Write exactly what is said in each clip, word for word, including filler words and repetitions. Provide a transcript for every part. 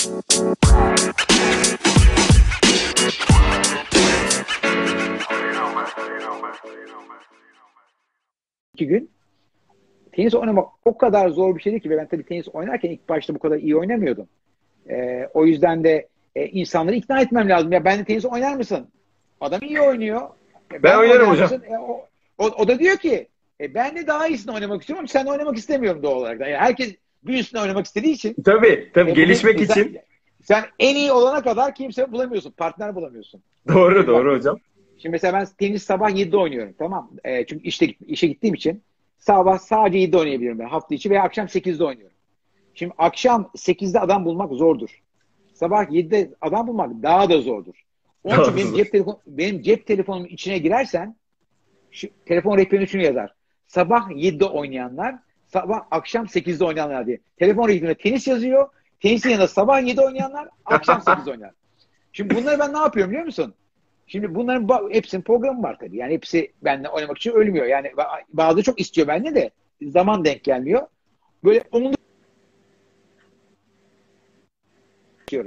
İki gün tenis oynamak o kadar zor bir şeydi ki ve ben tabii tenis oynarken ilk başta bu kadar iyi oynamıyordum. Ee, o yüzden de e, insanları ikna etmem lazım. Ya ben de tenis oynar mısın? Adam iyi oynuyor. E, Ben ben de oynarım oynar hocam. mısın? E, o, o, o da diyor ki e, ben de daha iyisini oynamak istiyorum ama sen oynamak istemiyorum doğal olarak. Yani herkes bir üstüne oynamak istediği için Tabii, tabii e, bugün gelişmek e, sen, için. sen en iyi olana kadar kimse bulamıyorsun. Partner bulamıyorsun. Doğru, Şimdi bak, doğru hocam. şimdi mesela ben tenis sabah yedide oynuyorum. Tamam. E, çünkü işte işe gittiğim için sabah sadece yedide oynayabiliyorum ben hafta içi veya akşam sekizde oynuyorum. Şimdi akşam sekizde adam bulmak zordur. Sabah yedide adam bulmak daha da zordur. Onun için benim Doğrudur. cep telefon benim cep telefonumun içine girersen şu, telefon rehberine şunu yazar. Sabah yedide oynayanlar, sabah akşam sekizde oynayanlar diye. Telefon rehberine tenis yazıyor. Tenisin yanında sabah yedide oynayanlar, akşam sekizde oynayanlar. Şimdi bunları ben ne yapıyorum biliyor musun? Şimdi bunların hepsinin programı var tabii. Yani hepsi benimle oynamak için ölmüyor. Yani bazı çok istiyor bende de zaman denk gelmiyor. Böyle onu diyorum.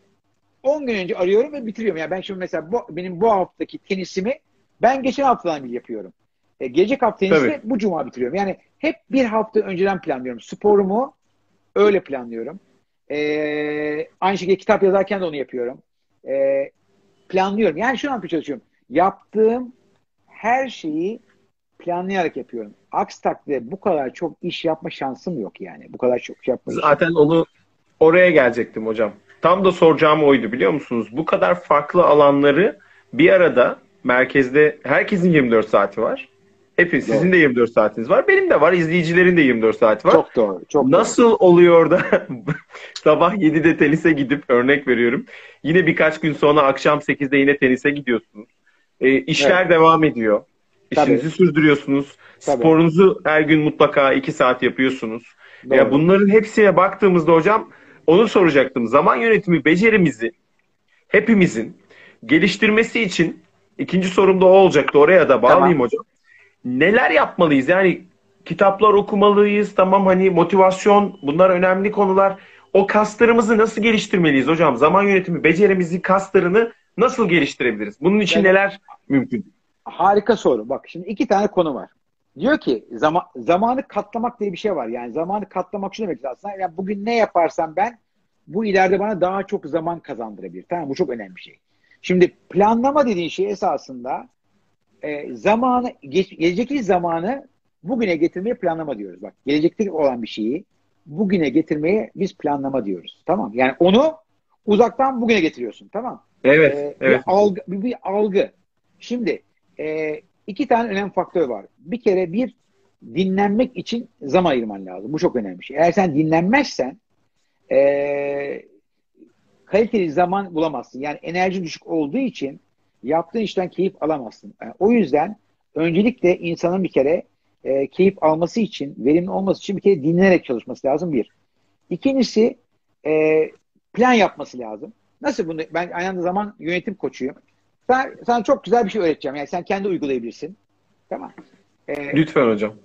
on gün önce arıyorum ve bitiriyorum. Yani ben şimdi mesela bu, benim bu haftaki tenisimi ben geçen haftadan beri yapıyorum. E, gelecek hafta tenisimi Tabii. bu cuma bitiriyorum. Yani hep bir hafta önceden planlıyorum. Sporumu öyle planlıyorum. E, aynı şekilde kitap yazarken de onu yapıyorum. E, planlıyorum. Yani şunu yapmaya çalışıyorum. Yaptığım her şeyi planlayarak yapıyorum. Aksi takdirde bu kadar çok iş yapma şansım yok yani. Bu kadar çok iş yapma iş. Zaten onu oraya gelecektim hocam. Tam da soracağım oydu biliyor musunuz? Bu kadar farklı alanları bir arada merkezde herkesin yirmi dört saati var. Hepiniz, sizin Doğru. de yirmi dört saatiniz var. Benim de var. İzleyicilerin de yirmi dört saati var. Çok doğru. Çok doğru. Nasıl oluyor da sabah yedide tenise gidip örnek veriyorum. Yine birkaç gün sonra akşam sekizde yine tenise gidiyorsunuz. E, Evet. işler devam ediyor. Tabii. İşinizi sürdürüyorsunuz. Tabii. Sporunuzu her gün mutlaka iki saat yapıyorsunuz. Ya Doğru. bunların hepsine baktığımızda hocam onu soracaktım. Zaman yönetimi becerimizi hepimizin geliştirmesi için ikinci sorum da o olacaktı. Oraya da Tamam. bağlayayım hocam. Neler yapmalıyız? Yani kitaplar okumalıyız. Tamam hani motivasyon bunlar önemli konular. O kaslarımızı nasıl geliştirmeliyiz hocam? Zaman yönetimi becerimizi, kaslarını nasıl geliştirebiliriz? Bunun için Yani neler mümkün? harika soru. Bak şimdi iki tane konu var. Diyor ki zaman, zamanı katlamak diye bir şey var. Yani zamanı katlamak şu demek aslında. Yani bugün ne yaparsam ben bu ileride bana daha çok zaman kazandırabilir. Tamam, bu çok önemli bir şey. Şimdi planlama dediğin şey esasında e, zamanı geç, gelecekteki zamanı bugüne getirmeye planlama diyoruz. Bak, gelecekte olan bir şeyi bugüne getirmeye biz planlama diyoruz. Tamam. Yani onu uzaktan bugüne getiriyorsun. Tamam. Evet, E, bir evet. algı, bir, bir algı. Şimdi e, iki tane önemli faktör var. Bir kere bir dinlenmek için zaman ayırman lazım. Bu çok önemli bir şey. Eğer sen dinlenmezsen e, kaliteli zaman bulamazsın. Yani enerji düşük olduğu için yaptığın işten keyif alamazsın. Yani o yüzden öncelikle insanın bir kere e, keyif alması için, verimli olması için bir kere dinlenerek çalışması lazım bir. İkincisi e, plan yapması lazım. Nasıl bunu? Ben aynı anda zaman yönetim koçuyum. Ben sana çok güzel bir şey öğreteceğim. Yani sen kendi uygulayabilirsin. Tamam. E, Lütfen hocam.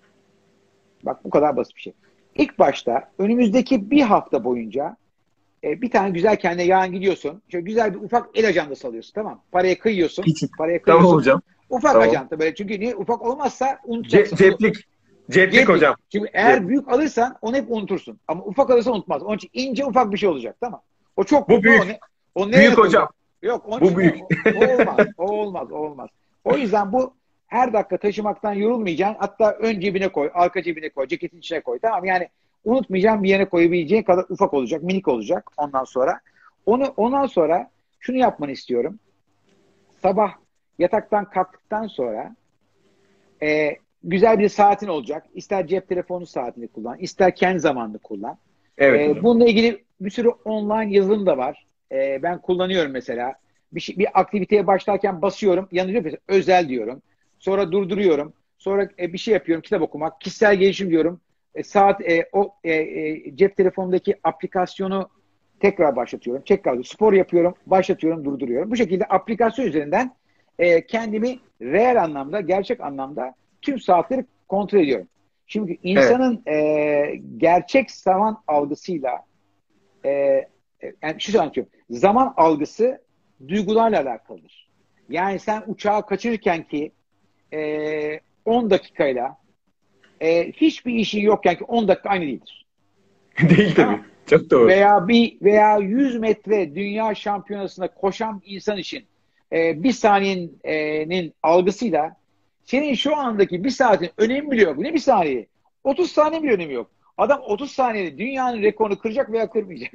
bak, bu kadar basit bir şey. İlk başta önümüzdeki bir hafta boyunca E, bir tane güzel kendine yarın gidiyorsun. Şöyle güzel bir ufak el ajandası alıyorsun. Tamam. Paraya kıyıyorsun. Küçük. Paraya Tamam kıyıyorsun. hocam. Ufak Tamam. ajanta böyle. Çünkü niye? Ufak olmazsa Ce- unutacaksın. Onu ceplik. Ceplik ceplik. hocam. Çünkü Cep. eğer büyük alırsan onu hep unutursun. Ama ufak alırsan unutmaz. Onun için ince ufak bir şey olacak. Tamam. O çok Bu büyük. O, büyük. ne, o nereye Büyük hocam. koyacak? Yok. Onun Bu için ne? büyük. O, o olmaz. O olmaz. O olmaz. O yüzden bu her dakika taşımaktan yorulmayacaksın. Hatta ön cebine koy. Arka cebine koy. Ceketin içine koy. Tamam. Yani unutmayacağın bir yere koyabileceğin kadar ufak olacak. Minik olacak ondan sonra. Onu ondan sonra şunu yapmanı istiyorum. Sabah yataktan kalktıktan sonra e, güzel bir saatin olacak. İster cep telefonu saatini kullan, ister kendi zamanını kullan. Evet E, hocam. bununla ilgili bir sürü online yazılım da var. E, ben kullanıyorum mesela. Bir, şey, bir aktiviteye başlarken basıyorum, yanıyor mesela özel diyorum. Sonra durduruyorum. Sonra e, bir şey yapıyorum, kitap okumak, kişisel gelişim diyorum. E, saat e, o e, e, cep telefonundaki aplikasyonu tekrar başlatıyorum. Tekrar spor yapıyorum, başlatıyorum, durduruyorum. Bu şekilde aplikasyon üzerinden e, kendimi reel anlamda, gerçek anlamda tüm saatleri kontrol ediyorum. Çünkü Evet. insanın e, gerçek zaman algısıyla e, e, yani şu anlatıyorum. Zaman algısı duygularla alakalıdır. Yani sen uçağı kaçırırken ki e, on dakikayla e, hiçbir işin yokken ki on dakika aynı değildir. Değil tabii. Tamam. Çok doğru. Veya bir veya yüz metre dünya şampiyonasında koşan insan için e, bir saniyenin algısıyla senin şu andaki bir saatin önemi bile yok. Ne bir saniye? otuz saniye bile önemi yok. Adam otuz saniyede dünyanın rekorunu kıracak veya kırmayacak.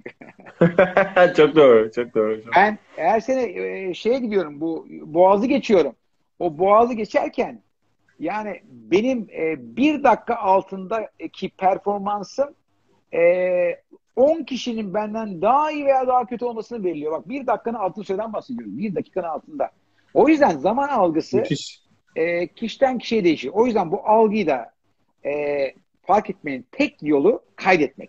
Çok doğru. Çok doğru. Ben her sene e, şeye gidiyorum, bu Boğaz'ı geçiyorum. O Boğaz'ı geçerken yani benim e, bir dakika altındaki performansım e, on kişinin benden daha iyi veya daha kötü olmasını belirliyor. Bak, bir dakikanın altında süreden bahsediyorum. Bir dakikanın altında. O yüzden zaman algısı Müthiş. e, kişiden kişiye değişir. O yüzden bu algıyı da e, fark etmenin tek yolu kaydetmek.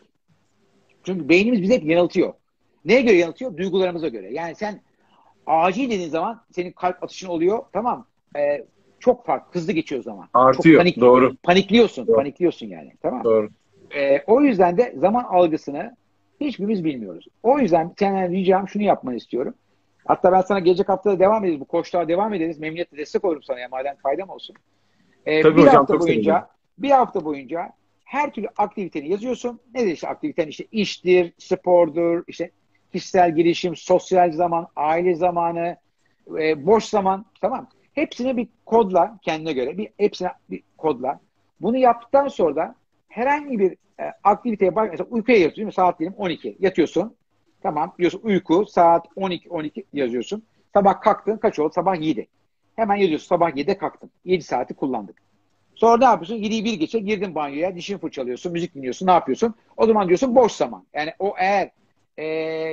Çünkü beynimiz bizi hep yanıltıyor. Neye göre yanıltıyor? Duygularımıza göre. Yani sen acil dediğin zaman senin kalp atışın oluyor. Tamam. E, çok farklı. Hızlı geçiyor zaman. Çok Artıyor. panik, Doğru. panikliyorsun. Doğru. Panikliyorsun yani. Tamam. Doğru. E, o yüzden de zaman algısını hiçbirimiz bilmiyoruz. O yüzden senden ricam şunu yapmanı istiyorum. Hatta ben sana gelecek hafta da devam ederiz. Bu koçluğa devam ederiz. Memnuniyetle destek olurum sana ya, madem faydam olsun. E, Tabii bir hocam, hafta çok boyunca sevinirim. bir hafta boyunca her türlü aktiviteni yazıyorsun. Nedir işte aktiviten? İşte iştir, spordur, işte kişisel gelişim, sosyal zaman, aile zamanı, e, boş zaman, tamam. Hepsini bir kodla, kendine göre bir hepsine bir kodla. Bunu yaptıktan sonra da herhangi bir e, aktiviteye bak. Mesela uykuya yatıyorsun. Saat diyelim on iki. Yatıyorsun. Tamam. Diyorsun uyku saat on iki on iki yazıyorsun. Sabah kalktın. Kaç oldu? Sabah yedi. Hemen yazıyorsun. Sabah yedide kalktım. yedi saati kullandık. Sonra ne yapıyorsun? yediyi bir geçe girdin banyoya. Dişini fırçalıyorsun. Müzik dinliyorsun. Ne yapıyorsun? O zaman diyorsun boş zaman. Yani o eğer e,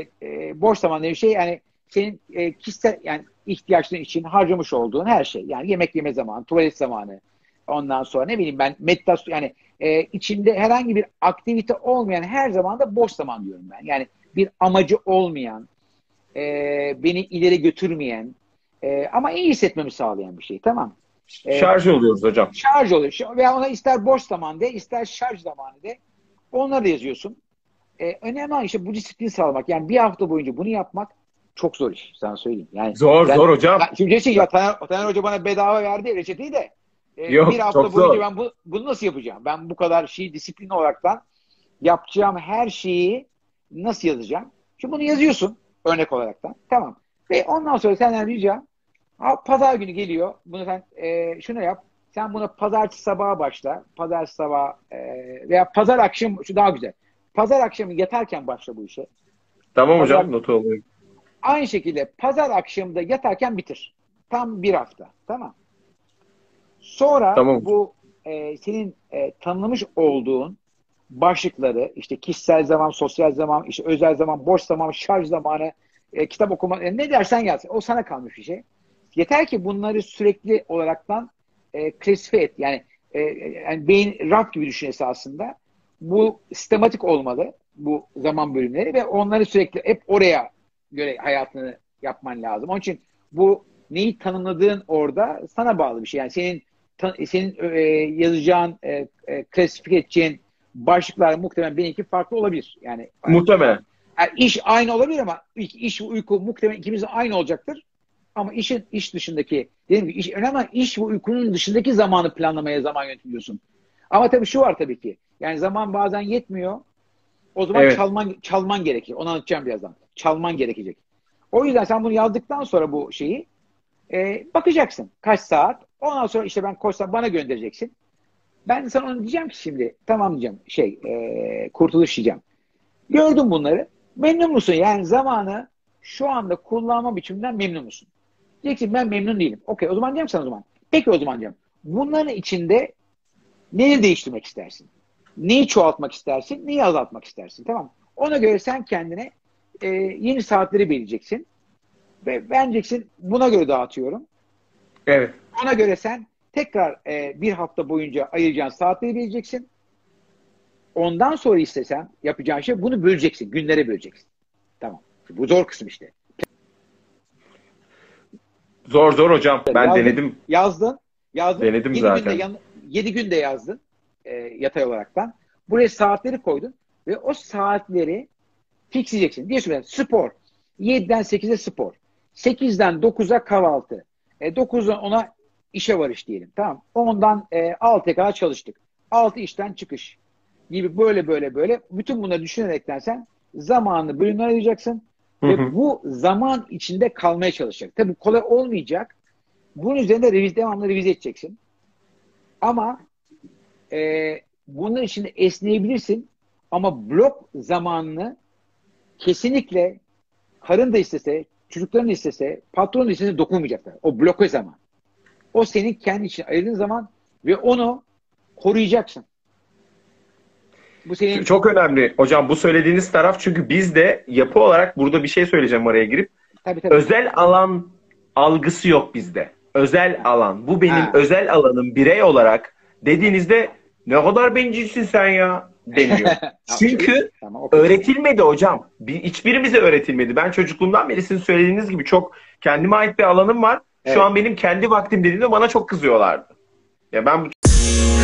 e, boş zaman diye bir şey, yani senin e, kişisel yani ihtiyaçların için harcamış olduğun her şey. Yani yemek yeme zamanı, tuvalet zamanı, ondan sonra ne bileyim ben meditasyon, yani e, içinde herhangi bir aktivite olmayan her zaman da boş zaman diyorum ben. Yani bir amacı olmayan, e, beni ileri götürmeyen e, ama iyi hissetmemi sağlayan bir şey. Tamam. E, Şarj oluyoruz hocam. Şarj oluyor. Ş- Veya ona ister boş zaman de, ister şarj zamanı de. Onları da yazıyorsun. E, önemli olan işte bu disiplini sağlamak. Yani bir hafta boyunca bunu yapmak çok zor iş. Sana söyleyeyim. Yani Zor ben zor hocam. ya, şimdi diyeceksin ya Taner, Taner Hoca bana bedava verdi reçeteyi de e, bir Yok, hafta çok boyunca zor. ben bu, bunu nasıl yapacağım? Ben bu kadar şeyi disiplin olaraktan yapacağım her şeyi nasıl yazacağım? Şimdi bunu yazıyorsun örnek olaraktan. Tamam. Ve ondan sonra senden ricam, ha, pazar günü geliyor. Bunu sen e, şunu yap. Sen buna pazartesi sabahı başla. Pazar sabah e, veya pazar akşam, şu daha güzel. Pazar akşamı yatarken başla bu işe. Tamam Pazar hocam, notu alıyorum. Aynı şekilde pazar akşamı da yatarken bitir. Tam bir hafta. Tamam. Sonra Tamam hocam. bu e, senin e, tanımlamış olduğun başlıkları, işte kişisel zaman, sosyal zaman, işte özel zaman, boş zaman, şarj zamanı, e, kitap okuma, e, ne dersen gelsin. O sana kalmış bir şey. Yeter ki bunları sürekli olaraktan e, klasifiye et. Yani, e, yani beyin raf gibi düşün esasında. Bu sistematik olmalı, bu zaman bölümleri, ve onları sürekli hep oraya göre hayatını yapman lazım. Onun için bu neyi tanımladığın orada sana bağlı bir şey. Yani senin senin e, yazacağın, e, e, klasifik edeceğin başlıklar muhtemelen benimki farklı olabilir. Yani, Muhtemelen. yani iş aynı olabilir ama iş ve uyku muhtemelen ikimizin aynı olacaktır. Ama işin iş dışındaki, dediğim gibi iş önemli, ama iş ve uykunun dışındaki zamanı planlamaya zaman yönetiyorsun. Ama tabii şu var tabii ki. Yani zaman bazen yetmiyor. O zaman Evet. çalman çalman gerekir. Onu anlatacağım birazdan. Çalman gerekecek. O yüzden sen bunu yazdıktan sonra bu şeyi e, bakacaksın. Kaç saat? Ondan sonra işte ben koşsam bana göndereceksin. Ben sana onu diyeceğim ki şimdi tamam diyeceğim, şey e, kurtuluş diyeceğim. Gördün bunları. Memnun musun? Yani zamanı şu anda kullanma biçiminden memnun musun? Diyeceksin ben memnun değilim. Okey, o zaman diyeceğim sana o zaman. Peki o zaman diyeceğim. Bunların içinde neyi değiştirmek istersin? Neyi çoğaltmak istersin? Neyi azaltmak istersin? Tamam. Ona göre sen kendine e, yeni saatleri belirleyeceksin. Ve beğeneceksin. Buna göre dağıtıyorum. Evet. Ona göre sen tekrar e, bir hafta boyunca ayıracağın saatleri bileceksin. Ondan sonra istesen yapacağın şey, bunu böleceksin. Günlere böleceksin. Tamam. Bu zor kısım işte. Zor zor hocam. Ben Yazdın, denedim. yazdın, yazdın. Denedim Yedi günde, zaten. yan, yedi günde yazdın e, yatay olaraktan. Buraya saatleri koydun ve o saatleri Fixleyeceksin. Diyorsun mesela spor. yediden sekize spor. sekizden dokuza kahvaltı. E, dokuzdan ona işe varış diyelim. Tamam. ondan e, altıya kadar çalıştık. altı işten çıkış gibi böyle böyle böyle. Bütün bunları düşünerekten sen zamanını bölümler ayıracaksın. Hı Ve hı. bu zaman içinde kalmaya çalışacak. Tabii kolay olmayacak. Bunun üzerinde revize, devamlı revize edeceksin. Ama e, bunun için esneyebilirsin. Ama blok zamanını kesinlikle karın da istese, çocukların da istese, patron da istese dokunmayacaklar. O bloke zaman. O senin kendi için ayırdığın zaman ve onu koruyacaksın. Bu senin... Çok önemli hocam bu söylediğiniz taraf, çünkü biz de yapı olarak burada bir şey söyleyeceğim araya girip. Tabii, tabii. Özel alan algısı yok bizde. Özel alan. Bu benim Ha. özel alanım birey olarak dediğinizde ne kadar bencilsin sen ya deniliyor. Çünkü tamam, okay. öğretilmedi hocam. Bir, hiçbirimize öğretilmedi. Ben çocukluğumdan beri sizin söylediğiniz gibi çok kendime ait bir alanım var. Şu Evet. an benim kendi vaktim dediğimde bana çok kızıyorlardı. Ya ben